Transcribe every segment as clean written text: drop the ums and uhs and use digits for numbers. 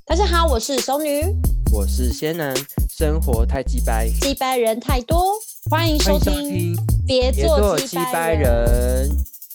大家好，我是熟女， 我是仙男，生活太鸡掰， 鸡掰人太多，欢迎收听，别做鸡掰人。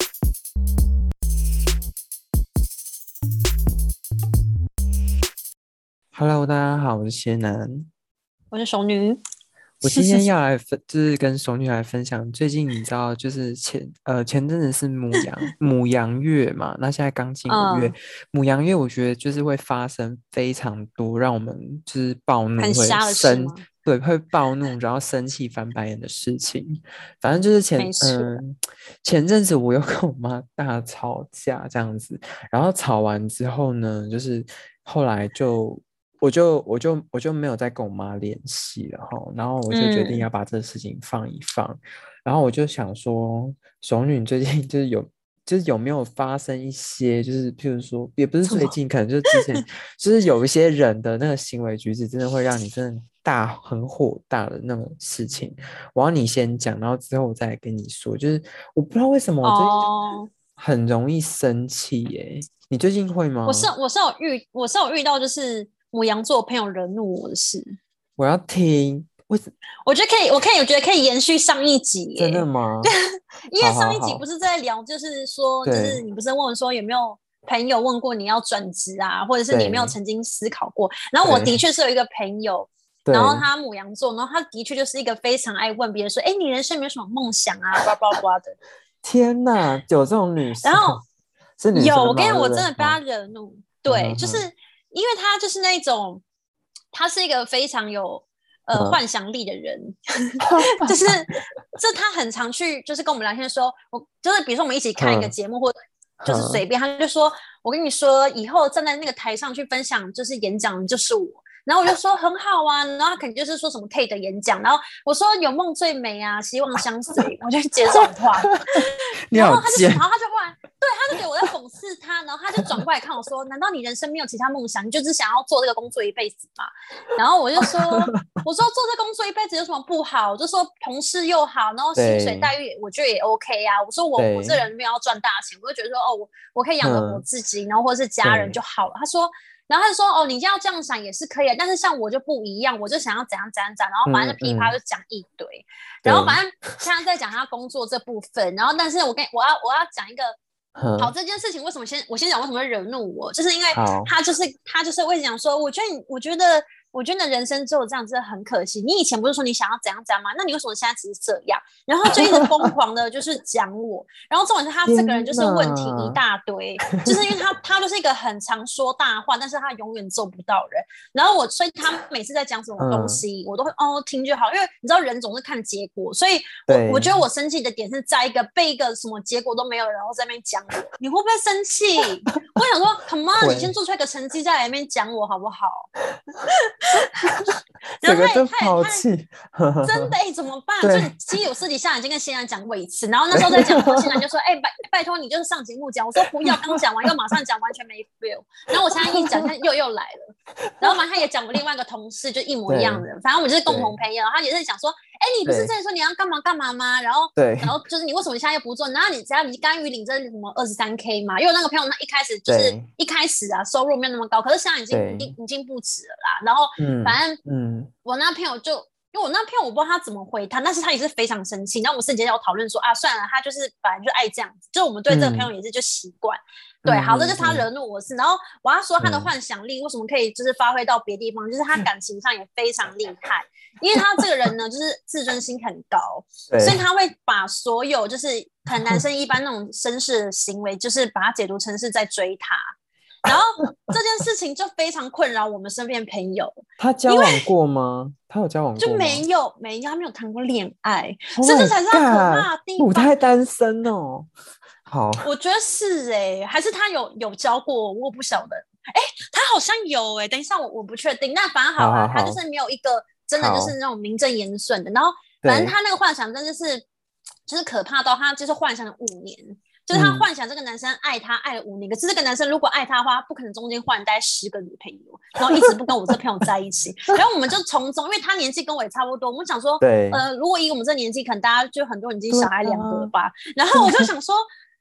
Hello， 大家好，我是仙男， 我是熟女。 我今天要来就是跟熟女来分享，最近你知道，就是前阵子是母羊月嘛，那现在刚进5月，母羊月我觉得就是会发生非常多让我们就是暴怒很瞎的事吗？ 对，会暴怒，然后生气翻白眼的事情。反正就是前阵子我又跟我妈大吵架这样子，然后吵完之后呢，就是后来我就没有再跟我妈联系了哈，然后我就决定要把这个事情放一放，然后我就想说，熟女最近就是有没有发生一些，就是譬如说，也不是最近，可能就是之前，就是有一些人的那个行为举止，真的会让你真的很火大的那种事情。我要你先讲，然后之后我再来跟你说。就是我不知道为什么我最近就很容易生气耶，你最近会吗？ 我是有遇到就是母羊座朋友惹怒我的事。 我要听。 我觉得可以，我觉得可以延续上一集耶。 真的吗？ 因为上一集不是在聊，就是说，就是你不是问说有没有朋友问过你要转职啊，或者是你有没有曾经思考过？然后我的确是有一个朋友，然后他牡羊座，然后他的确就是一个非常爱问别人说，哎，你人生有没有什么梦想啊？叭叭叭的。 天哪，有这种女生？ 然后是女生吗？ 有，我跟你讲，我真的被他惹怒。对，就是因为他就是那种，他是一个非常有幻想力的人，就是他很常去，就是跟我们聊天说，我就是比如说我们一起看一个节目，或者就是随便，他就说，我跟你说，以后站在那个台上去分享，就是演讲就是我。然后我就说很好啊，然后他肯定就是说什么 K 的演讲，然后我说有梦最美啊，希望相随，我就接这种话。然后他就忽然，对，他就觉得我在讽刺他，然后他就转过来看我说，难道你人生没有其他梦想，你就只想要做这个工作一辈子吗？然后我就说，我说做这工作一辈子有什么不好？我就说同事又好，然后薪水待遇我觉得也 OK 啊。我说我这人没有要赚大钱，我就觉得说我可以养得我自己，然后或者是家人就好了。然后他就说你要这样想也是可以的，但是像我就不一样，我就想要怎样，然后反正就噼啪就讲一堆，然后反正现在在讲他工作这部分，然后但是我要讲一个。好，这件事情为什么我先讲为什么会惹怒我，就是因为他就是会讲说，我觉得你的人生只有这样真的很可惜。你以前不是说你想要怎样吗？那你为什么现在只是这样？然后就一直疯狂的就是讲我，然后重点是他这个人就是问题一大堆，就是因为他就是一个很常说大话，但是他永远做不到人。然后所以他每次在讲什么东西，我都会听就好，因为你知道人总是看结果，所以我觉得我生气的点是在被一个什么结果都没有，然后在那边讲我，你会不会生气？我想说 ，Come on， 你先做出来个成绩再来那边讲我好不好？ 然后他好气， 真的怎么办？所以其实我私底下已经跟仙男讲过一次，然后那时候在讲的时候，仙男就说：“拜托你就是上节目讲。”我说不要，刚讲完又马上讲，完全没 feel。然后我现在一讲，他又来了。然后反正他也讲我另外一个同事，就一模一样的，反正我们就是共同朋友。他也是讲说：“哎，你不是之前说你要干嘛吗？然后就是你为什么现在又不做？然后你只要你甘于领这什么23K 嘛？因为我那个朋友他一开始收入没有那么高，可是现在已经不止了啦。然后反正我那朋友因为我那朋友我不知道他怎么回他，但是他也是非常生气。然后我们瞬间要讨论说算了，他就是本来就爱这样子，就我们对这个朋友也是就习惯。对，好，这就是他惹怒我的事。然后我要说他的幻想力为什么可以就是发挥到别地方，就是他感情上也非常厉害。因为他这个人呢，就是自尊心很高，所以他会把所有就是可能男生一般那种绅士的行为，就是把它解读成是在追他。然后这件事情就非常困扰我们身边朋友。 他交往过吗？他有交往过吗？ 就没有，他没有谈过恋爱，这才是他可怕的地方。 母胎单身哦。好， 我觉得是还是他有交过，我不晓得。他好像有等一下我不确定。那反正好啦，他就是没有一个真的就是那种名正言顺的。然后反正他那个幻想真的是就是可怕到他就是幻想了5年。就是他幻想这个男生爱他爱了5年，可是这个男生如果爱他的话，他不可能中间换大概10个女朋友，然后一直不跟我这朋友在一起。然后我们就从中，因为他年纪跟我也差不多，我们想说，如果以我们这年纪，可能大家就很多人已经小孩2个吧。然后我就想说，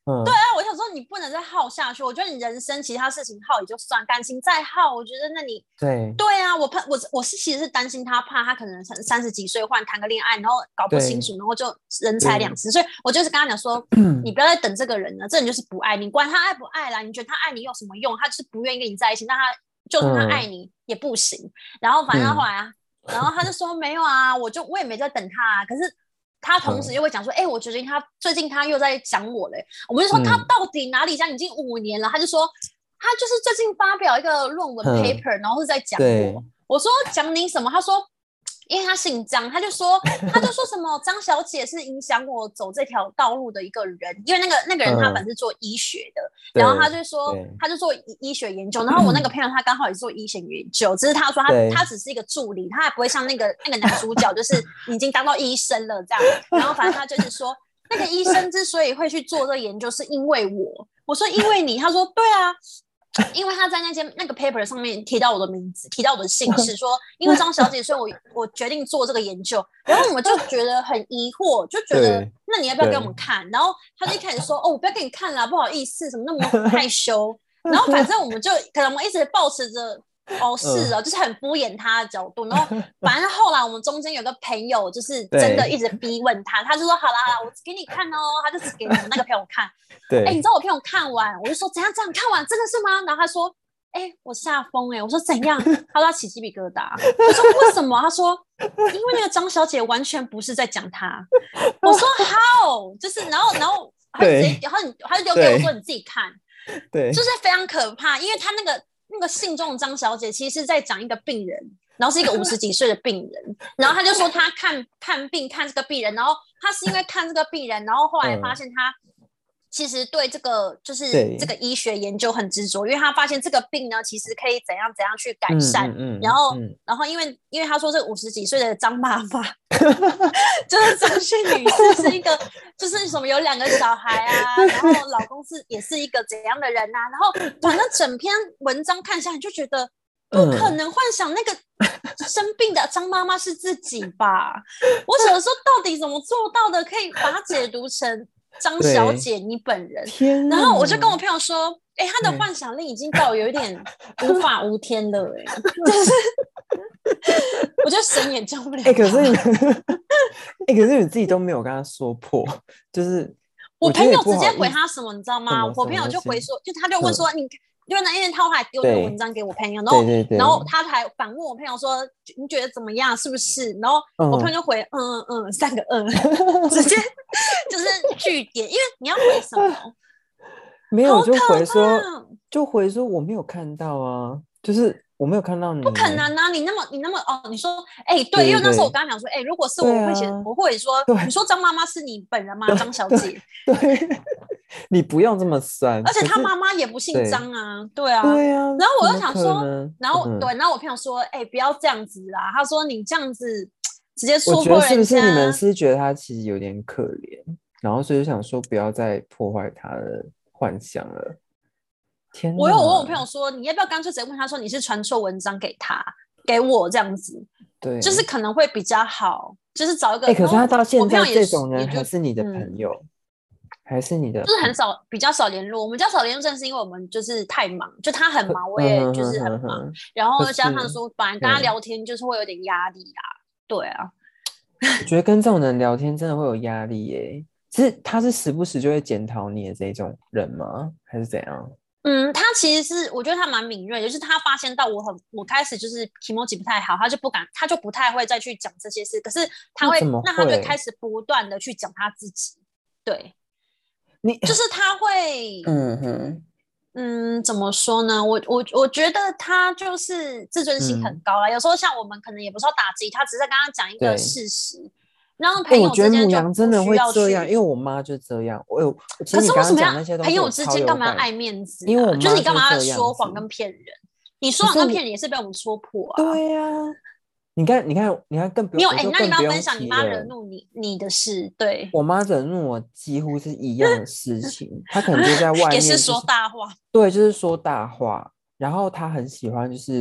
对啊，我想说你不能再耗下去。我觉得你人生其他事情耗也就算，感情再耗，我觉得那你对啊，我其实是担心他，怕他可能30几岁忽然谈个恋爱，然后搞不清楚，然后就人财两失。所以我就是跟他讲说，你不要再等这个人了，这人就是不爱你，管他爱不爱啦。你觉得他爱你有什么用？他就是不愿意跟你在一起，那他就算他爱你也不行。然后反正后来啊，然后他就说没有啊，我也没在等他啊，可是。他同时又会讲说，我觉得最近他又在讲我嘞。我们就说他到底哪里讲？已经5年了。他就说他就是最近发表一个论文 paper，然后是在讲我。我说讲你什么？他说因为他姓张，他就说什么张小姐是影响我走这条道路的一个人，因为那个人他本身是做医学的，然后他就说他就做医学研究，然后我那个朋友他刚好也做医学研究，只是他说他只是一个助理，他还不会像那个男主角就是已经当到医生了这样，然后反正他就是说那个医生之所以会去做这个研究是因为我说因为你，他说对啊。因为他在那个 paper 上面提到我的名字，提到我的姓氏，说因为张小姐，所以我决定做这个研究。然后我们就觉得很疑惑，就觉得那你要不要给我们看？然后他就一开始说我不要给你看啦，不好意思，怎么那么害羞？然后反正我们就可能我们一直抱持着是哦，就是很敷衍他的角度。然后反正后来我们中间有个朋友就是真的一直逼问他，他就说好啦，我给你看哦，他就只给我们那个朋友看。你知道我朋友看完，我就说怎样看完真的是吗？然后他说我吓疯我说怎样？他说他起鸡皮疙瘩。我说为什么？他说因为那个张小姐完全不是在讲他。我说 how？ 就是然后他就直接他就丢给我说你自己看， 对， 就是非常可怕，因为他那个信中的张小姐其实是在讲一个病人，然后是一个50几岁的病人，然后他就说他看病看这个病人，然后他是因为看这个病人，然后后来发现他其实对这个就是这个医学研究很执着，因为他发现这个病呢其实可以怎样去改善，然后因为他说这个50几岁的张妈妈就是张姓女士是一个就是什么有2个小孩啊，然后老公也是一个怎样的人啊，然后反正整篇文章看下来就觉得不可能幻想那个生病的张妈妈是自己吧。我想说到底怎么做到的，可以把它解读成张小姐你本人。然后我就跟我朋友说他的幻想力已经到有一点无法无天了就是我觉得神也救不了他。 可是你自己都没有跟他说破，就是我朋友直接回他什么你知道吗？我朋友就回说，就他就问说你因为他还丢那个文章给我朋友，然后他还反问我朋友说你觉得怎么样，是不是？然后我朋友就回3个直接就是句点，因为你要回什么？ 没有就回说我没有看到啊，就是我没有看到你。 不可能啊！你那么你说对，因为那时候我跟他讲说如果是我会写，我会说你说张妈妈是你本人吗？张小姐， 对，你不用这么酸。 而且他妈妈也不姓张啊，对啊。然后我就想说，然后我朋友说不要这样子啦，他说你这样子直接说破人家， 我觉得是不是你们是觉得他其实有点可怜，然后所以就想说不要再破坏他的幻想了。天哪！ 我有问我朋友说，你要不要干脆直接问他说你是传错文章给我这样子， 对， 就是可能会比较好，就是找一个。 可是他到现在这种人还是你的朋友，还是你的， 就是比较少联络。我们比较少联络，正是因为我们就是太忙，就他很忙，我也就是很忙，然后加上说，本来跟他聊天就是会有点压力啊，对啊。 我觉得跟这种人聊天真的会有压力耶。他是时不时就会检讨你的这种人吗？还是怎样？ 他其实是我觉得他蛮敏锐，就是他发现到我开始就是情绪不太好，他就不太会再去讲这些事，可是他就会开始不断的去讲他自己，对，就是他会怎么说呢？我觉得他就是自尊心很高啦，有时候像我们可能也不是要打击他，只是在跟他讲一个事实。然后朋友之间就不真的会这样， 因为我妈就这样。 可是为什么要朋友之间干嘛要爱面子？ 因为我就是你干嘛要说谎跟骗人？你说谎跟骗人也是被我们戳破啊！ 对呀，你看，更不用。 那你要分享你妈惹怒你的事？对， 我妈惹怒我几乎是一样的事情。她可能就在外面也是说大话， 对，就是说大话。然后她很喜欢就是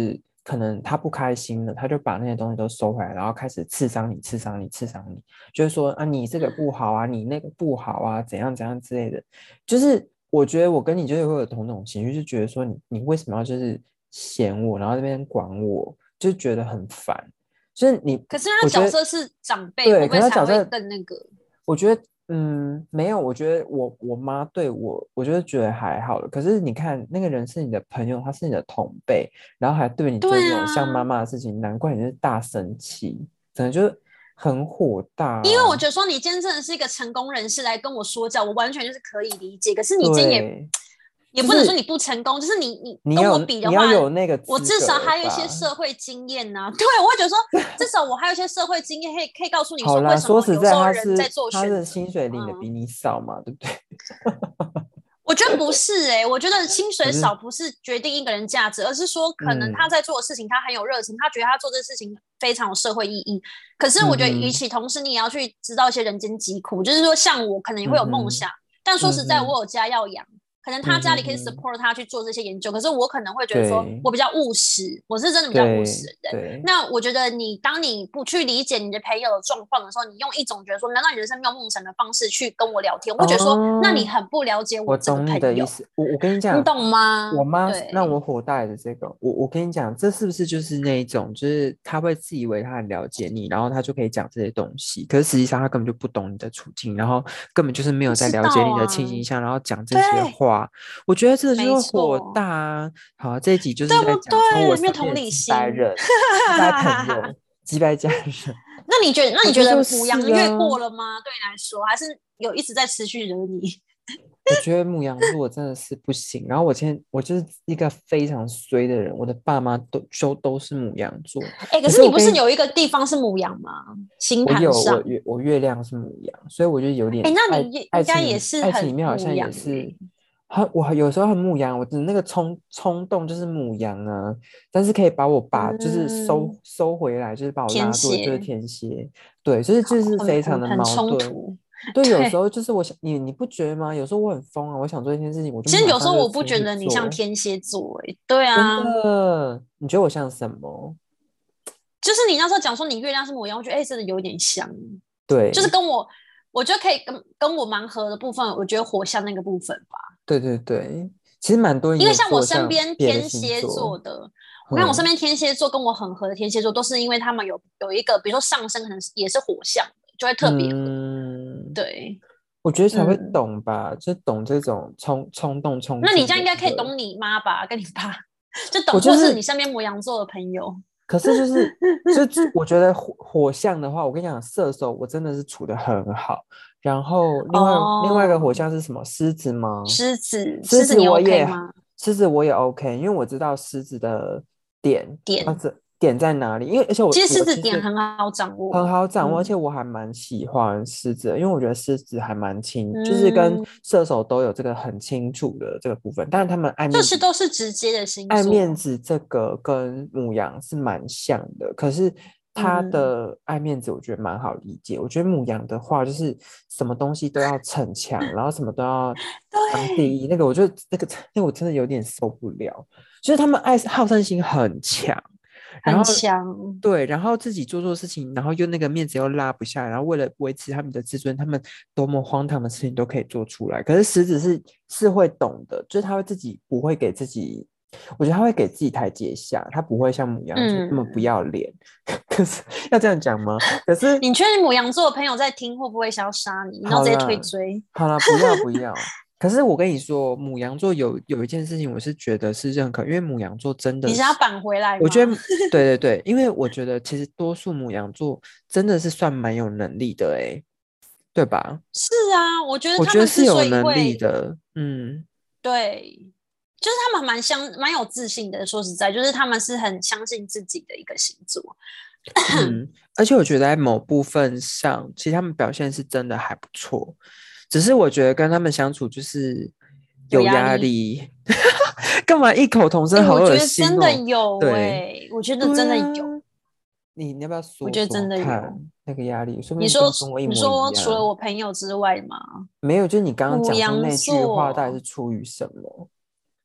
可能他不开心了，他就把那些东西都收回来，然后开始刺伤你，刺伤你，刺伤你，就是说啊，你这个不好啊，你那个不好啊，怎样怎样之类的。就是我觉得我跟你就是会有同种情绪，就觉得说你为什么要就是嫌我，然后这边管我，就觉得很烦。就是你， 可是他角色是长辈，会对， 不会才会可是他角色更那个？ 我觉得，没有，我觉得我妈对我就是觉得还好了。可是你看，那个人是你的朋友，他是你的同辈，然后还对你做这对种像妈啊， 妈的事情，难怪你是大生气，可能就是很火大因为我啊。 觉得说你今天真的是一个成功人士来跟我说教，我完全就是可以理解。可是你今天对， 也就是不能说你不成功，就是你你跟我有你要比的话， 有那个我至少资格还有一些吧。 社会经验呐、对，我会觉得说，至少我还有一些社会经验，可以告诉你说，为好啦， 什么说实在， 有时候人在做他是选择。 薪水领的比嗯， 你少嘛，对不对？ 我觉得不是我觉得薪水可是， 少不是决定一个人价值，而是说可能他嗯在做的事情他很有热情，他觉得他做这事情非常有社会意义。可是我觉得，与嗯哼其同时你也要去知道一些人间疾苦，就是说像我可能也会有梦嗯哼想，但说实在， 嗯哼我有家要养。可能他嗯家里可以哼哼， support 他去做这些研究，可是我可能会觉得说， 对我比较务实，我是真的比较务实对的人。 对。 那我觉得当你不去理解你的朋友的状况的时候，你用一种觉得说，难道你人生没有梦想的方式去跟我聊天，我会觉得说，那你哦， 很不了解我这个我懂你朋友。 的意思。我跟你讲， 你懂吗？ 我妈让对， 我火大的这个，我跟你讲，这是不是就是那一种，就是他会自以为他很了解你，然后他就可以讲这些东西，可是实际上他根本就不懂你的处境，然后根本就是没有在不知了解你的道啊， 倾形象，然后讲这对， 些话。我觉得这就没会火错， 大啊。好，这一集就是对不在讲说我对？没有身边同理的几百心。 人、几百朋友、几百家人， 那你觉得我觉得就母羊是月过啊。 了吗？对你来说，还是有一直在持续惹你？ 我觉得牧羊座真的是不行。然后我就是一个非常衰的人，我的爸妈都是牧羊座。 哎，可可是你不是我跟你， 是有一个地方是母羊吗？星我有盘上， 我月亮是牧羊，所以我就有哎， 点那你也应该也是爱情里很面好像母羊也是我有时候很牧羊，我的那个冲动就是母羊啊，但是可以把我就是嗯， 收回来，就是把我天拉住的就是蝎， 天蝎。对，就是非常的很矛盾。 冲突。 对，有时对， 候就是我想你不觉得吗？有时候我很疯啊，我想做一件事情，我就其实马有时候我不上就冲觉得你像去做。 天蝎座，对真啊， 的，你觉得我像什么？ 就是你那时候讲说你月亮是母羊，我觉得真的有点像，就是对我觉得可以跟我蛮合的部分，我觉得火象那个部分吧。 对对对，其实蛮多人因为有像我身做像边天别的星蝎座座。 的，我看我身嗯边天蝎座跟我很合的天蝎座，都是因为他们有一个，比如说上升可能也是火象的，就会特别合。 嗯， 对， 我觉得才会嗯， 懂吧，就懂这种冲动冲那你劲的这样应该可以人。 懂你妈吧，跟你爸就懂，或是你我就是身边母羊座的朋友。 可是我觉得火象的话，我跟你讲，射手我真的是处得很好。然后另外一个火哦， 象是什么？狮子吗？狮子狮子你我 OK 也吗？ 狮子我也 OK，因为我知道狮子的点， 点在哪里。因为而且其实狮子我其实点很好掌很握。 好掌握，而且嗯我还蛮喜欢狮子的，因为我觉得狮子还蛮清，就是跟嗯， 射手都有这个很清楚的这个部分，但是他们这些都是直接的星爱面座。 子这个跟母羊是蛮像的，可是他嗯， 的爱面子我觉得蛮好理解。我觉得母羊的话就是什么东西都要逞强，然后什么都要当第对， 一，那个我就那个我真的有点受不了，就是他们好胜心很强。然很后强。 对，然后自己做事情，然后又那个面子又拉不下来，然后为了维持他们的自尊，他们多么荒唐的事情都可以做出来。可是狮子是会懂的，就是他会自己不会给自己，我觉得他会给自己台阶下，他不会像母羊座那么不嗯， 要脸。可是要这样讲吗？可是你确定母羊座的朋友在听，会不会想要杀你？然后直接退好了追？ 好了，不要不要。可是我跟你说，母羊座有一件事情，我是觉得是认可，因为母羊座真你是要的是。 扳回来吗？ 我觉得对对对，因为我觉得其实多数母羊座真的是算蛮有能力的诶，对吧？ 是啊，我觉得他我觉得是们之所以有能力会的。嗯对，就是他们蛮有自信的。说实在，就是他们是很相信自己的一个星座。 嗯，而且我觉得在某部分上，其实他们表现是真的还不错，只是我觉得跟他们相处就是有有压力。 压力。干嘛异口同声， 哎、 好恶我觉得真的心哦！ 有对我觉得真对啊， 的有， 你要不要说我觉得真说看的有。 那个压力？说不你说定就跟我一你模一说除了样。 我朋友之外吗？ 没有，就是你刚刚母羊讲出那句话，到底是座， 出于什么？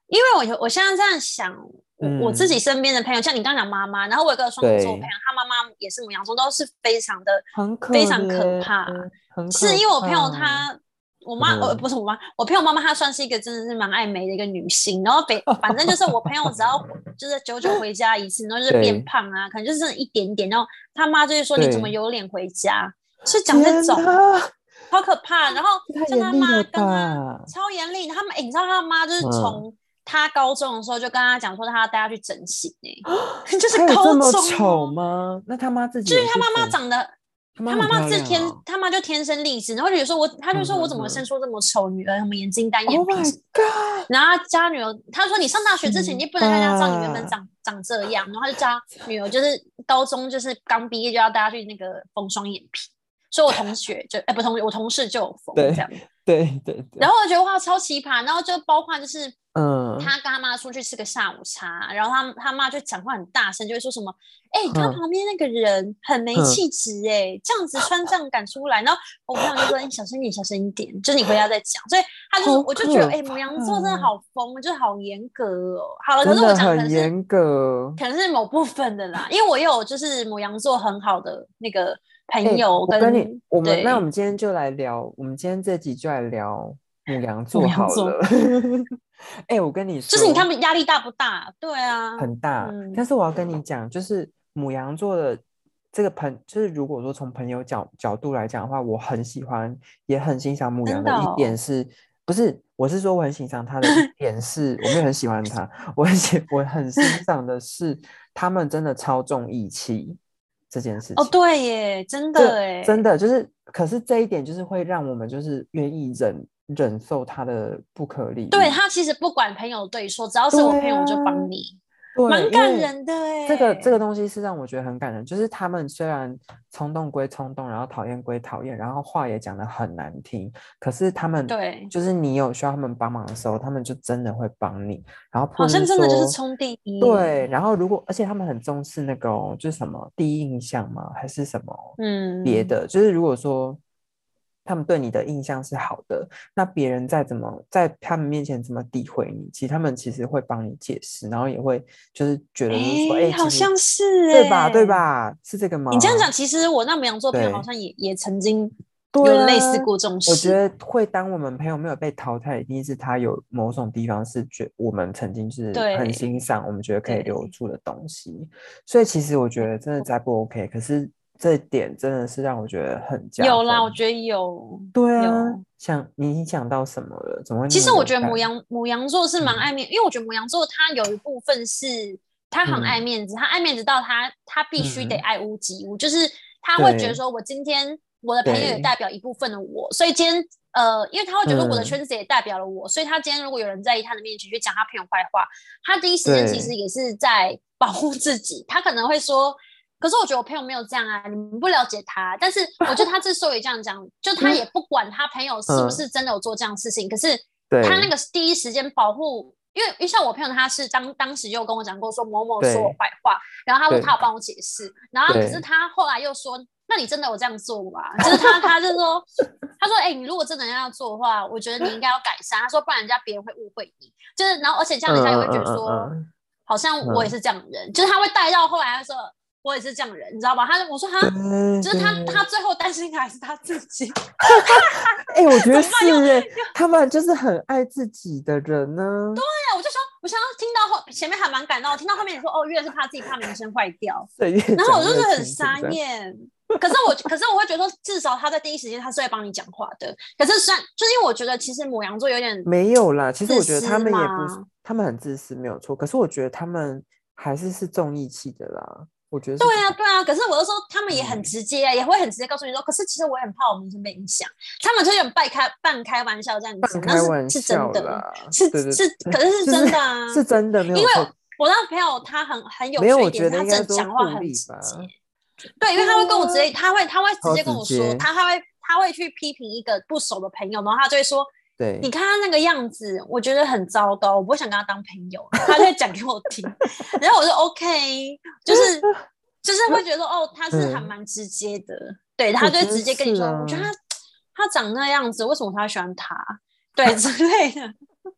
因为我现在这样想，我自己身边的朋友，像你刚讲妈妈，然后我有个双子座朋友，他妈妈也是牡羊座，都是非常的非常可怕。是因为我朋友我妈不是我妈，我朋友妈妈她算是一个真的是蛮爱美的一个女性，然后反正就是我朋友只要就是久久回家一次，然后就是变胖啊，可能就是一点点，然后他妈就会说你怎么有脸回家，是讲这种。好可怕，然后像他妈跟他超严厉，他们你知道他妈就是从他高中的时候就跟他讲说他要带他去整形就是高中这么丑吗？那他妈自己就是他妈妈长得，他妈妈他妈就天生丽质，然后就说他就说我怎么生出这么丑女儿，什么眼睛单眼皮什么的，然后他家女儿他说你上大学之前你不能让人家知道你原本长这样，然后他就叫女儿就是高中就是刚毕业就要带他去那个缝双眼皮。所以我同学就不同学，我同事就有缝这样， 对， 然后我觉得哇超奇葩，然后就包括就是他跟他妈出去吃个下午茶，然后他妈就讲话很大声，就会说什么你看旁边那个人很没气质这样子穿这样赶出来，然后我朋友就说你小声一点小声一点，就是你回家再讲，所以他就我就觉得牡羊座真的好疯，就是好严格好了，可是我讲很严格， 可能是某部分的啦，因为我有就是牡羊座很好的那个朋友跟我们今天就来聊，我们今天这集就来聊牡羊座好了。我跟你说， 就是你看压力大不大？对啊， 很大。但是我要跟你讲，就是牡羊座的这个就是如果说从朋友角度来讲的话，我很喜欢，也很欣赏牡羊的一点是，不是？我是说我很欣赏他的一点是，我没有很喜欢他，我很欣赏的是，他们真的超重义气。这件事情对耶，真的耶， 真的就是，可是这一点就是会让我们就是愿意忍受他的不可理喻。 对，他其实不管朋友对说，只要是我朋友就帮你，蛮感人的哎。 这个东西是让我觉得很感人，就是他们虽然冲动归冲动，然后讨厌归讨厌，然后话也讲得很难听，可是他们就是你有需要他们帮忙的时候，他们就真的会帮你。然后好像真的就是冲第一。 对，然后而且他们很重视那个就是什么第一印象吗？还是什么别的？就是如果说他们对你的印象是好的，那别人再怎么在他们面前怎么诋毁你，他们其实会帮你解释，然后也会就是觉得就是说， 好像是对吧？是这个吗？ 你这样讲，其实我那牡羊座朋友好像也曾经有类似过这种事。 我觉得会当我们朋友没有被淘汰，一定是他有某种地方是我们曾经是很欣赏，我们觉得可以留住的东西。所以其实我觉得真的再不 OK， 可是这一点真的是让我觉得很加分。 有啦，我觉得有。 对啊，你想到什么了？怎么会？ 其实我觉得牡羊座是蛮爱面，因为我觉得牡羊座他有一部分是他很爱面子，他爱面子到他必须得爱屋及乌，就是他会觉得说我今天我的朋友也代表一部分的我，所以今天因为他会觉得我的圈子也代表了我，所以他今天如果有人在他的面前去讲他朋友坏话，他第一时间其实也是在保护自己，他可能会说。可是我觉得我朋友没有这样啊，你们不了解他。但是我觉得他之所以这样讲，就他也不管他朋友是不是真的有做这样的事情，可是他那个第一时间保护，因为像我朋友他是当时就跟我讲过说某某说我坏话，然后他说他有帮我解释，然后可是他后来又说，那你真的有这样做吗？就是他就说，他说你如果真的要做的话，我觉得你应该要改善。他说不然别人会误会你，就是然后而且这样人家也会觉得说，好像我也是这样的人，就是他会带到后来他说。我也是这样的人，你知道吧？我说哈，就是他最后担心的还是他自己。 我觉得是他们就是很爱自己的人呢。 对啊，我就说，我想要听到前面还蛮感动，听到后面你说原来是自己怕名声坏掉，然后我就是很傻眼。可是我会觉得说，至少他在第一时间他是会帮你讲话的。可是就是因为我觉得其实牡羊座有点没有啦，其实我觉得他们也不是，他们很自私没有错。可是我觉得他们还是重义气的啦。我觉得对啊，可是我就说他们也很直接也会很直接告诉你说，可是其实我也很怕我名声被影响，他们就有点半开玩笑这样子，那是真的，是，可是是真的啊， 是真的，没有错。 因为我那朋友他很有趣一点，他真的讲话很直接，对，因为他会跟我直接，他会直接跟我说，他会去批评一个不熟的朋友，然后他就会说。 对， 你看他那个样子，我觉得很糟糕，我不会想跟他当朋友。他就会讲给我听，然后我就 OK， 就是会觉得他是还蛮直接的，对，他就会直接跟你说，我觉得他长那样子，为什么他喜欢他？对之类的。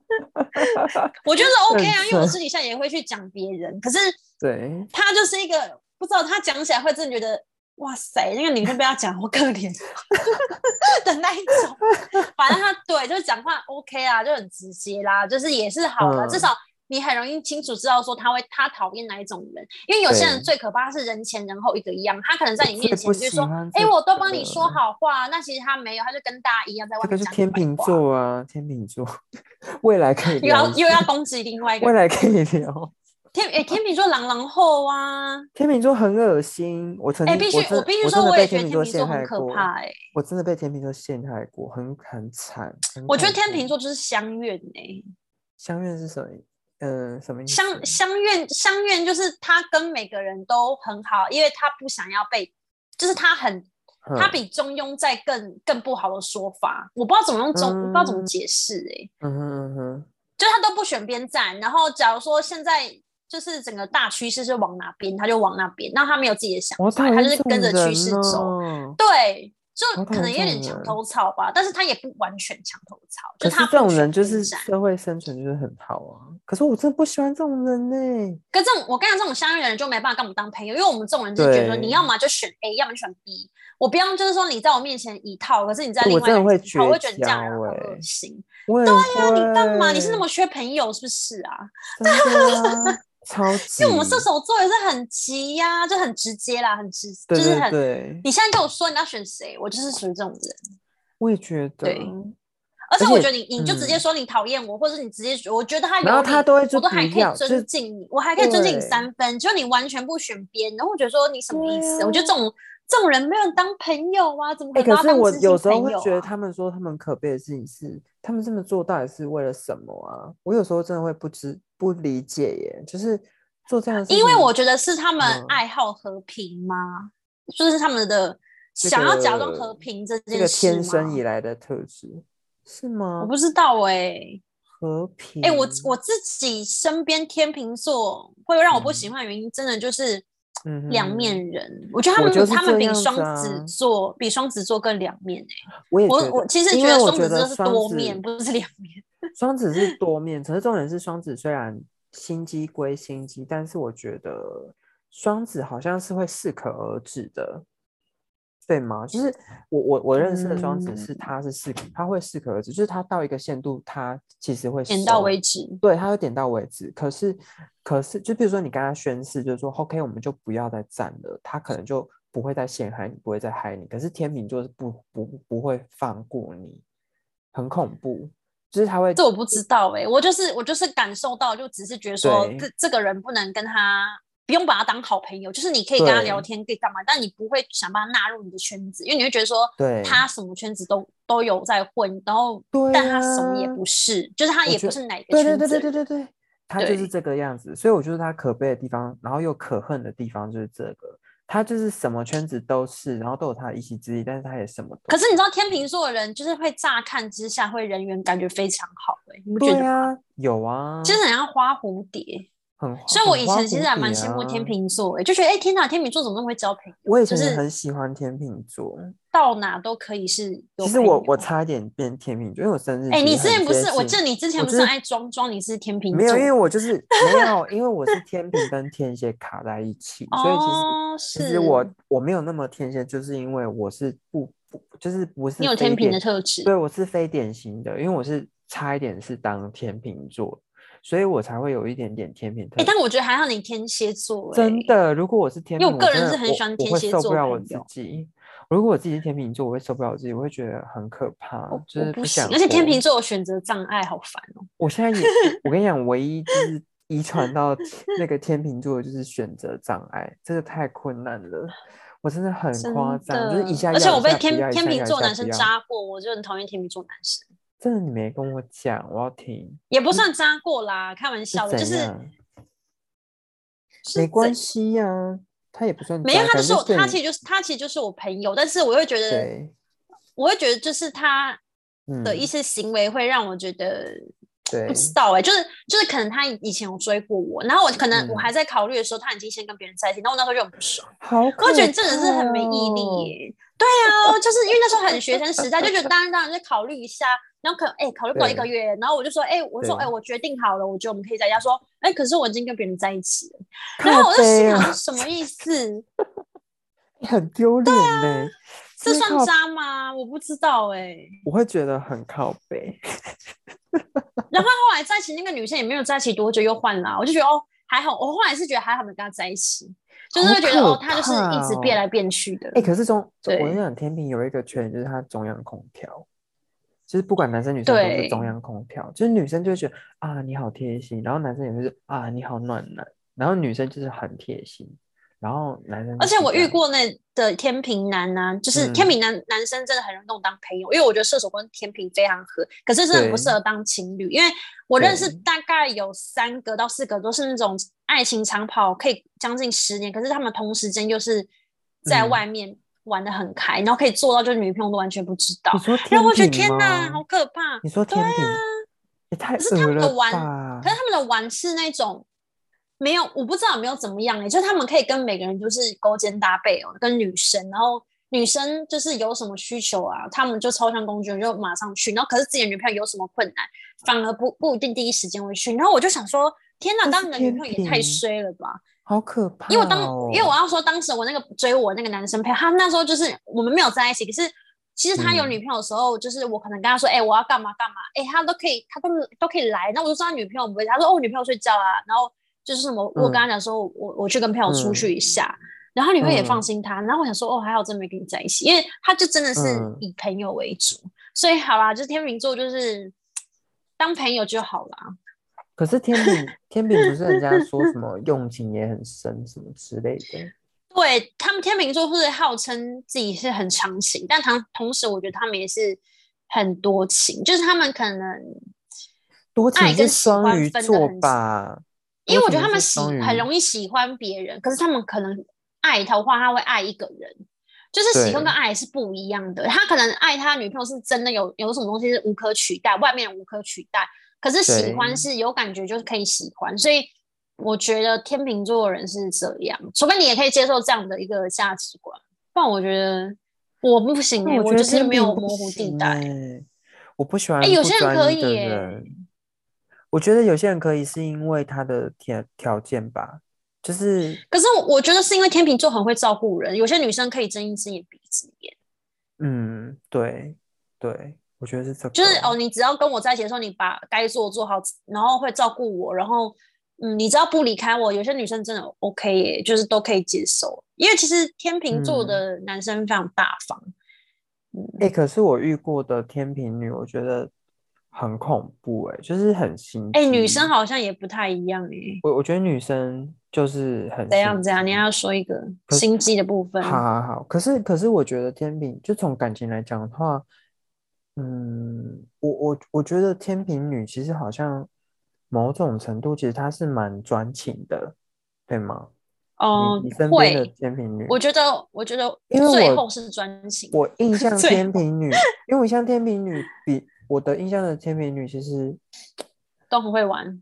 我觉得 OK 啊，因为我私底下也会去讲别人，可是对他就是一个不知道他讲起来会真的觉得哇塞，那个女生被他讲好可怜的那一种。反正他对就是讲话 OK 啊，就很直接啦，就是也是好的，至少你很容易清楚知道说他讨厌哪一种人，因为有些人最可怕是人前人后一个一样，他可能在你面前就是说，我都帮你说好话，那其实他没有，他就跟大家一样在外面讲。 这个是天秤座啊，天秤座，未来可以聊又要攻击另外一个人， 未来可以聊。 天秤座狼后啊， 天秤座很恶心，我必须说，我也觉得天秤座很可怕我真的被天秤座陷害过，很惨。 我觉得天秤座就是相怨相怨是什么？什么意思？ 相怨就是他跟每个人都很好，因为他不想要被，就是他比中庸在更不好的说法，我不知道怎么用我不知道怎么解释就他都不选边站，然后假如说现在就是整个大趋势是往哪边，他就往那边，然后他没有自己的想法，他就是跟着趋势走，对。就可能有点墙头草吧，但是他也不完全墙头草，就他这种人就是社会生存就是很好啊。可是我真的不喜欢这种人跟我跟你讲，这种相遇的人就没办法跟我们当朋友，因为我们这种人就是觉得说，你要么就选 A， 要么就选 B。我不要就是说你在我面前一套，可是你在另外一个一套，我会觉得这样人很恶心。对呀，你干嘛？你是那么缺朋友是不是啊？ 对啊。超级， 因为我们射手座也是很急呀，就很直接啦，很直，就是很。你现在跟我说你要选谁，我就是属于这种人。 我也觉得。 对，而且我觉得你就直接说你讨厌我，或者你直接我觉得他有理，我都还可以尊敬你，我还可以尊敬你3分。就你完全不选边，然后我觉得说你什么意思？我觉得这种人没有人当朋友啊，怎么可能当知心朋友啊？ 可是我有时候会觉得他们说他们可悲的事情是，他们这么做到底是为了什么啊？我有时候真的会不理解耶，就是做这样的事情。 因为我觉得是他们爱好和平吗？就是他们的想要假装和平这件事吗？ 这个天生以来的特质是吗？ 我不知道和平。 我自己身边天秤座会让我不喜欢的原因，真的就是两面人。我觉得他们比双子座更两面我其实觉得双子座是多面，不是两面。 双子是多面，可是重点是双子虽然心机归心机，但是我觉得双子好像是会适可而止的。对吗？就是我认识的双子是他会适可而止，就是他到一个限度，他其实会点到为止。 对，他会点到为止。可是，就比如说你跟他宣誓，就是说 OK， 我们就不要再战了，他可能就不会再陷害你，不会再害你。可是天秤座是不会放过你，很恐怖。就是他会， 这我不知道我就是感受到，就只是觉得说这个人不能跟他。不用把他当好朋友，就是你可以跟他聊天，可以干嘛，但你不会想把他纳入你的圈子，因为你会觉得说，他什么圈子都有在混，然后，但他什么也不是，就是他也不是哪个圈子。 对，他就是这个样子。所以我觉得他可悲的地方，然后又可恨的地方就是这个，他就是什么圈子都是，然后都有他的一席之地，但是他也什么都。 可是你知道天秤座的人就是会乍看之下会人缘感觉非常好你不觉得吗？ 有啊， 就是很像花蝴蝶。所以我以前其实还蛮羡慕天秤座就觉得天哪，天秤座怎么那么会交朋友？ 我以前也很喜欢天秤座， 到哪都可以是有朋友。 其实我差一点变天秤座，因为我生日你之前不是？我记得你之前不是爱装你是天秤座？ 没有，因为我就是没有，因为我是天秤跟天蝎卡在一起，所以其实我没有那么天蝎，就是因为我是就是不是你有天秤的特质， 对，我是非典型的，因为我是差一点是当天秤座。所以我才会有一点点天秤特质。 但我觉得还好你天蝎座真的，如果我是天秤， 因为我个人是很喜欢天蝎座， 我会受不了我自己。如果我自己是天秤座，我会受不了我自己，我会觉得很可怕，就是不行。而且天秤座有选择障碍，好烦我现在我跟你讲，唯一就是遗传到那个天秤座的就是选择障碍，这个太困难了。我真的很夸张，就是一下， 而且我被天秤座男生扎过，我就很讨厌天秤座男生。 真的，你没跟我讲，我要听。 也不算扎过啦，开玩笑的，就是没关系呀，他也不算没有，他其实就是我朋友，但是我会觉得就是他的一些行为会让我觉得不知对， 道就是可能他以前有追过我，然后我可能我还在考虑的时候，他已经先跟别人在一起，然后我那时候就很不爽， 好我就觉得可怕你这人是很没毅力哦！ 耶。对啊，就是因为那时候很学生时代，就觉得当然就考虑一下，然后考虑不到1个对月，然后我就说对， 我决定好了，我觉得我们可以在家说，可是我已经跟别人在一起了，然靠后我就心背啊， 想说什么意思？ 很丢脸呢， 这算是靠， 渣吗？我不知道我会觉得很靠背。 然后后来在一起那个女生也没有在一起多久又换了，我就觉得还好，我后来是觉得还好没跟她在一起，就是好会觉得可她就是一直变怕哦！ 来变去的。 可是我跟你对讲，天秤有一个缺点，就是它中央空调，就是不管男生女生都是中对， 央空调，就是女生就会觉得啊你好贴心，然后男生也会是啊你好暖男，然后女生就是很贴心，然后男生而且我就是这样， 遇过那的天平男呢、就是天嗯， 平男生真的很容易跟我当朋友，因为我觉得射手跟天平非常合，可是真的不适对合当情侣，因为我认识对， 大概有3个到4个都是那种爱情长跑可以将近10年，可是他们同时间又是在嗯， 外面玩的很开，然后可以做到就是女朋友都完全不知道， 你说然后天平我觉得天哪， 吗？ 好可怕。 你说对啊， 天平也太可是他恶了们的玩，可是吧？ 他们的玩是那种没有，我不知道有没有怎么样就是他们可以跟每个人就是勾肩搭背跟女生，然后女生就是有什么需求啊，他们就超像工具人，就马上去，然后可是自己的女朋友有什么困难，反而不一定第一时间会去，然后我就想说，天哪， 这当你的女是天朋友也太平， 衰了吧！ 好可怕因为我哦！ 要说，当时我那个追我那个男生朋友，他那时候就是我们没有在一起，可是其实他有女嗯朋友的时候，就是我可能跟他说，我要干嘛干嘛，他都可以，他都可以来。那我就说他女朋友不会，他说我女朋友睡觉啊，然后就是什么，我跟他嗯讲说我去跟朋友出嗯去一下，然后他女朋友也放嗯心他，然后我想说还好真没跟你在一起，因为他就真的是嗯， 以朋友为主，所以好啦，就是天秤座就是当朋友就好啦。 可是天平不是人家说什么用情也很深什么之类的， 对他们天秤座会号称自己是很长情，但同时我觉得他们也是很多情，就是他们可能多情是爱跟喜双欢分得鱼座很细， 吧？ 因为我觉得他们多情的是双鱼， 很容易喜欢别人，可是他们可能爱的话，他会爱一个人，就是喜欢跟对爱是不一样的。他可能爱他女朋友是真的有什么东西是无可取代，外面无可取代，可是喜对， 欢是有感觉就是可以喜欢，所以我觉得天秤座的人是这样，除非你也可以接受这样的一个价值观，不然我觉得我不行那我觉得我就是天平不没有模糊地行带。 我不喜欢有不些人可专一的以耶， 人。我觉得有些人可以是因为他的条件吧，就是可是我觉得是因为天秤座很会照顾人，有些女生可以睁一只眼闭一只眼。 对对，我觉得是这就是个， 你只要跟我在一起的时候，你把该做好，然后会照顾我，然后你只要不离开我，有些女生真的 OK 耶，就是都可以接受。因为其实天秤座嗯， 的男生非常大方， 可是我遇过的天秤女，我觉得很恐怖，就是很心女生机。 好像也不太一样耶。 我觉得女生就是很怎样？你心机， 要说一个可是心机的部分好，可是我觉得天秤就从感情来讲的话，我觉得天秤女其实好像某种程度其实她是蛮专情的，对吗？你身边的会， 天秤女， 我觉得因为我最后是专情， 我印象天最后秤女，因为我印象天秤女比我的印象的天秤女其实， 都很会玩。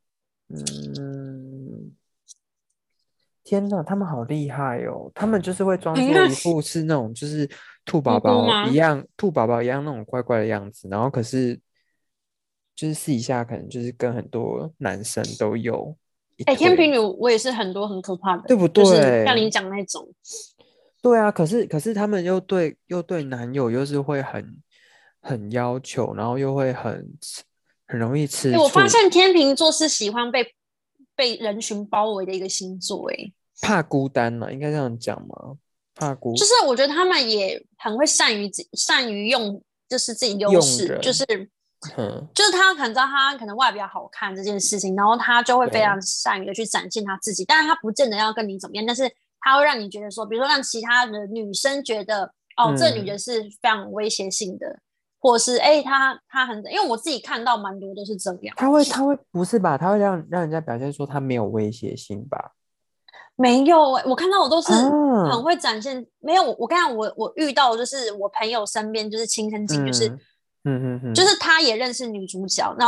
嗯，天呐，他们好厉害哦！他们就是会装你看作一副是那种就是无辜吗？ 兔宝宝一样那种乖乖的样子，然后可是就是私底下可能就是跟很多男生都有一腿， 天秤女我也是很多很可怕的， 对不就是像对？ 你讲那种。 对啊，可是他们又对男友又是会很要求，然后又会很容易吃我发醋， 现天秤座是喜欢被人群包围的一个星座， 怕孤单嘛，应该这样讲吗？怕孤就是我觉得他们也很会善于用，就是自己优势，就用人， 是哼， 他可能知道他可能外表好看这件事情，然后他就会非对， 常善于的去展现他自己，但是他不见得要跟你怎么样，但是他会让你觉得说，比如说让其他的女生觉得，这女嗯。 的是非常威胁性的，或是她很，因为我自己看到蛮多都是这样。 他会不是吧？他会让人家表现说他没有威胁性吧？ 没有我看到我都是很啊， 会展现，没有我跟你讲，我遇到就是我朋友身边就是亲身经历，就是嗯嗯嗯嗯， 就是他也认识女主角，然后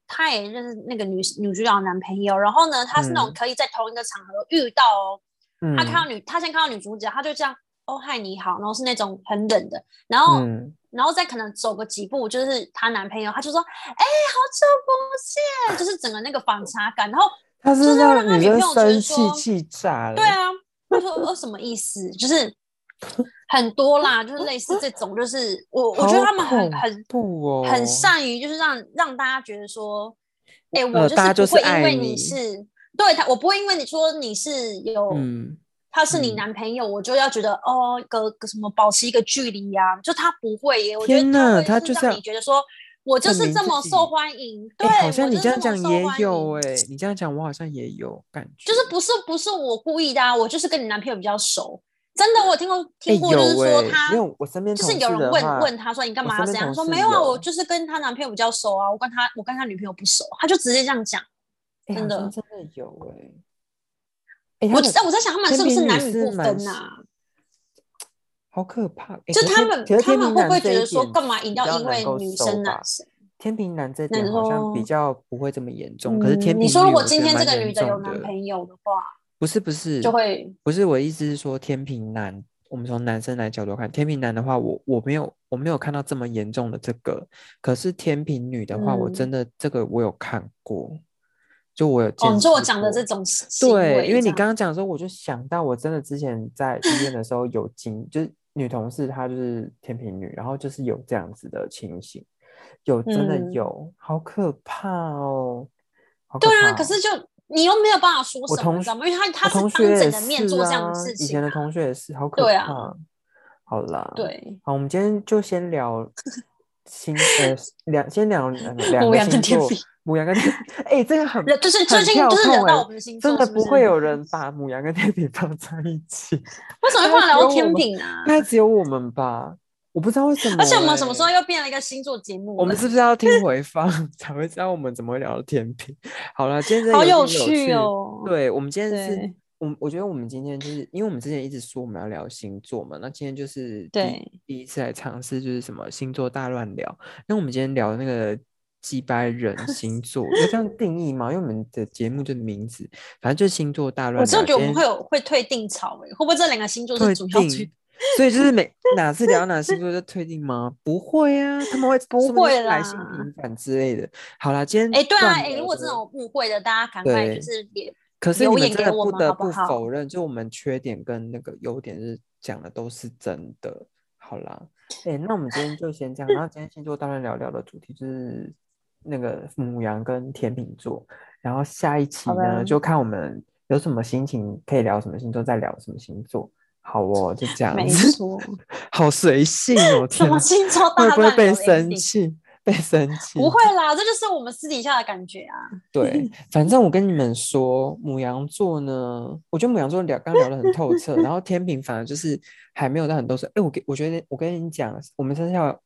他也认识那个女主角的男朋友，然后呢，他是那种可以在同一个场合遇到哦，他先看到女主角，他就这样哦嗨你好，然后是那种很冷的，然后再可能走个几步，就是她男朋友，他就说哎好久不见，就是整个那个反差感，然后他就是让女生让他女朋友觉得说气炸了。 对啊，他说什么意思？就是很多啦，就是类似这种，就是我觉得他们很善于，就是让大家觉得说，哎，我就是不会因为你是对他，我不会因为你说你是有，他是你男朋友，我就要觉得哦，个什么保持一个距离呀，就他不会耶，我觉得他会是让你觉得说。我就是这么受欢迎，对， 好像你这样讲也有你这样讲我好像也有感觉， 就是不是我故意的啊，我就是跟你男朋友比较熟，真的，我听过，就是说他， 因为我身边就是有人问他说你干嘛要这样，他说没有啊，我就是跟他男朋友比较熟啊，我跟他女朋友不熟，他就直接这样讲，真的有我在想他们是不是男女不分啊？ 好可怕！ 就他们会不会觉得说，干嘛一定要因为女生男生？ 天秤男这点好像比较不会这么严重，可是天秤女你说如果今天这个女的有男朋友的话， 不是就会不是我的意思是说天秤男，我们从男生来角度看，天秤男的话，我没有看到这么严重的这个，可是天秤女的话，我真的这个我有看过。就我有见识过， 你说我讲的这种行为， 对，因为你刚刚讲的时候，我就想到我真的之前在医院的时候有就是女同事她就是天秤女，然后就是有这样子的情形，真的有，好可怕哦！ 对啊，可是就你又没有办法说什么，你知道吗？因为他是当着你的面做这样的事情， 以前的同学也是，好可怕。 对啊， 好啦， 对， 好，我们今天就先聊先聊两个星座。牡羊跟天秤，这个就是最近就是惹到我们的星座， 真的不会有人把牡羊跟天秤放在一起。 为什么会忽然聊到天秤啊？ 应该只有我们吧？我不知道为什么。 而且我们什么时候又变了一个星座节目？ 我们是不是要听回放才会知道我们怎么会聊到天秤？好了，今天真的有趣哦。 对，我们今天是，我觉得我们今天就是因为我们之前一直说我们要聊星座嘛，那今天就是第一次来尝试就是什么星座大乱聊。那我们今天聊那个击败人星座，要这样定义吗？因为我们的节目的名字，反正就是星座大乱聊。 我真的觉得我们会退订潮会不会这两个星座是主要所以就是哪次聊哪星座就退订吗？不会啊，他们会不会来信平反之类的。好啦，今天对啊，如果这种误会的，大家赶快就是可是你们真的不得不否认，就我们缺点跟那个优点是讲的都是真的。好啦，那我们今天就先这样。然后今天星座大乱聊的主题就是那个牡羊跟天秤座，然后下一期呢就看我们有什么心情可以聊什么星座，再聊什么星座。好哦，就这样子。 没错， 好随性哦！ 什么星座大乱会不会被生气？被生气？ 不会啦，这就是我们私底下的感觉啊。 对，反正我跟你们说，牡羊座呢，我觉得牡羊座刚聊得很透彻，然后天秤反而就是还没有到很透彻。我觉得我跟你讲，我们剩下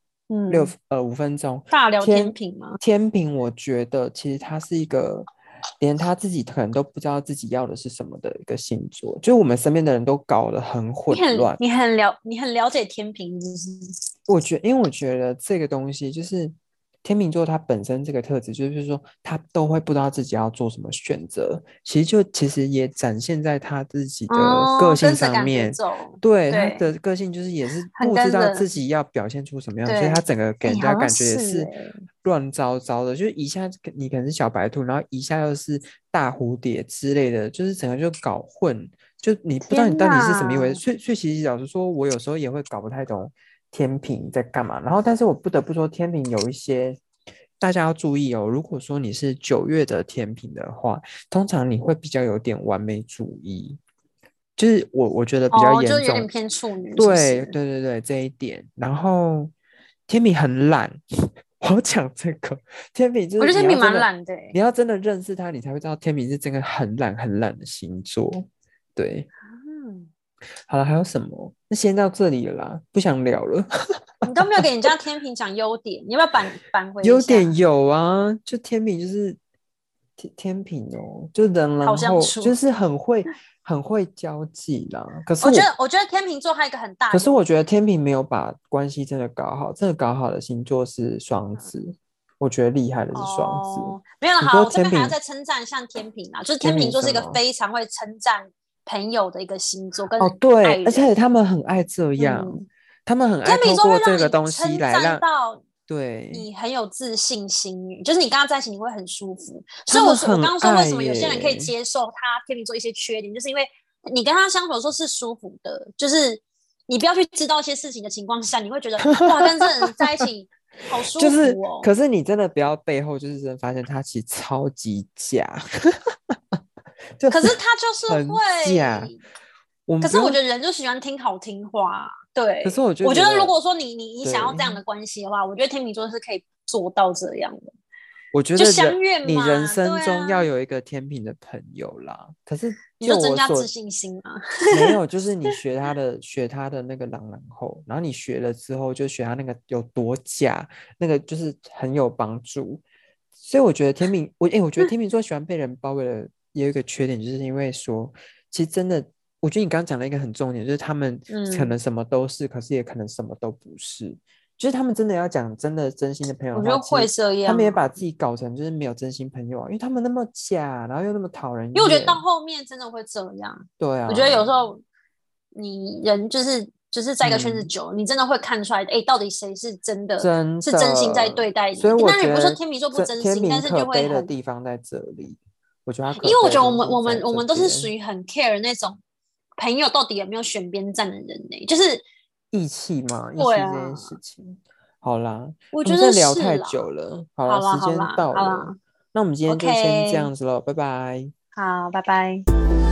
5分钟大聊天秤吗？ 天秤，我觉得其实它是一个。连他自己可能都不知道自己要的是什么的一个星座，就是我们身边的人都搞得很混乱。 你很了解天秤， 因为我觉得这个东西就是天秤座，它本身这个特质就是说，他都会不知道自己要做什么选择。其实也展现在他自己的个性上面。对，他的个性就是也是不知道自己要表现出什么样，所以他整个给人家感觉也是乱糟糟的。就是一下你可能是小白兔，然后一下又是大蝴蝶之类的，就是整个就搞混，就你不知道你到底是什么一回事。所以其实老实说，我有时候也会搞不太懂天秤在干嘛。然后但是我不得不说，天秤有一些大家要注意哦。如果说你是9月的天秤的话，通常你会比较有点完美主义，就是我觉得比较严重， 就有点偏处女。 对这一点。然后天秤很懒，我讲这个天秤就是， 我觉得天秤蛮懒的。 你要真的认识他，你才会知道天秤是真的很懒的星座。对，好了，还有什么？那先到这里了啦，不想聊了。 你都没有给人家天秤讲优点，你要不要扳回一下？ 优点有啊，就天秤就是天秤哦，就人然后就是很会交际啦。可是我觉得天秤座还有一个很大， 可是我觉得天秤没有把关系真的搞好，真的搞好的星座是双子。 我觉得厉害的是双子。 没有了， 你好，我这说天秤， 边还要再称赞像天秤啊，就是天秤天秤座是一个什么？ 非常会称赞朋友的一个星座跟哦，对，而且爱人。 他们很爱这样， 嗯， 他们很爱天秤透过这座会让你个东西称来让， 赞到对， 你很有自信心，就是你跟他在一起你会很舒服。所以他们我刚刚说为很爱什么有些人可以耶。 接受他天秤座一些缺点，就是因为你跟他相处的时候是舒服的，就是你不要去知道一些事情的情况下，你会觉得哇，跟这人在一起好舒就是服哦。 可是你真的不要背后就是真的发现他其实超级假。就是可是他就是很假。 会，可是我觉我们不用， 得人就喜欢听好听话。对， 可是我就我觉得如觉得， 果说你想要这样对， 的关系的话，我觉得天秤座是可以做到这样的， 我觉就得相悦你人嘛。 生对啊， 中要有一个天平的朋友啦。可是你说就我所增加自信心嘛。 没有，就是你学他的那个朗朗后，然后你学了之后，就学他那个有多假，那个就是很有帮助。所以我觉得天秤，我觉得天秤座喜欢被人包围的，也有一个缺点，就是因为说，其实真的，我觉得你刚刚讲了一个很重点，就是他们可能嗯， 什么都是，可是也可能什么都不是。就是他们真的要讲真的真心的朋友的话， 我觉得会其实他这样啊， 们也把自己搞成就是没有真心朋友啊，因为他们那么假，然后又那么讨人因为我觉得到厌。 后面真的会这样。 对我觉得有啊， 时候你人就是在一个圈子嗯。 久了，你真的会看出来，哎，到底谁是真的真是真心在的， 对待你。 所以我当然也不是说觉得天秤座不真心，但天平是就会可悲的很地方在这里。我觉得他可因为我觉得我悲的地方们我们我是在这们都是属边。 于很 care 那种朋友到底有没有选边站的人呢、就是义气嘛，义对气这件啊， 事情。好啦，我们真我觉得的聊太是啦。 久了。好好了，时间啦好啦到了， 好啦那我们今天就先这 ，OK， 样子了，拜拜。 好，拜拜。